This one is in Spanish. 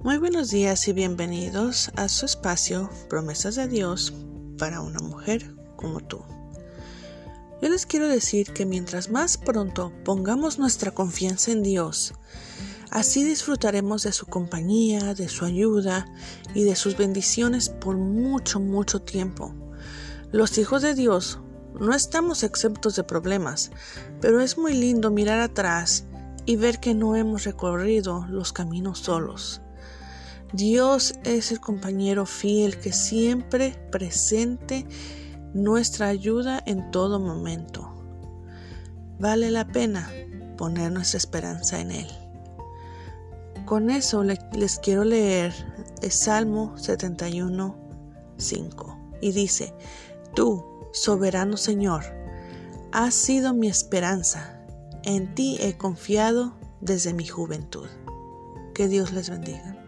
Muy buenos días y bienvenidos a su espacio Promesas de Dios para una mujer como tú. Yo les quiero decir que mientras más pronto pongamos nuestra confianza en Dios, así disfrutaremos de su compañía, de su ayuda y de sus bendiciones por mucho tiempo. Los hijos de Dios no estamos exentos de problemas, pero es muy lindo mirar atrás y ver que no hemos recorrido los caminos solos. Dios es el compañero fiel que siempre presente nuestra ayuda en todo momento. Vale la pena poner nuestra esperanza en Él. Con eso les quiero leer el Salmo 71:5 y dice: Tú, soberano Señor, has sido mi esperanza. En ti he confiado desde mi juventud. Que Dios les bendiga.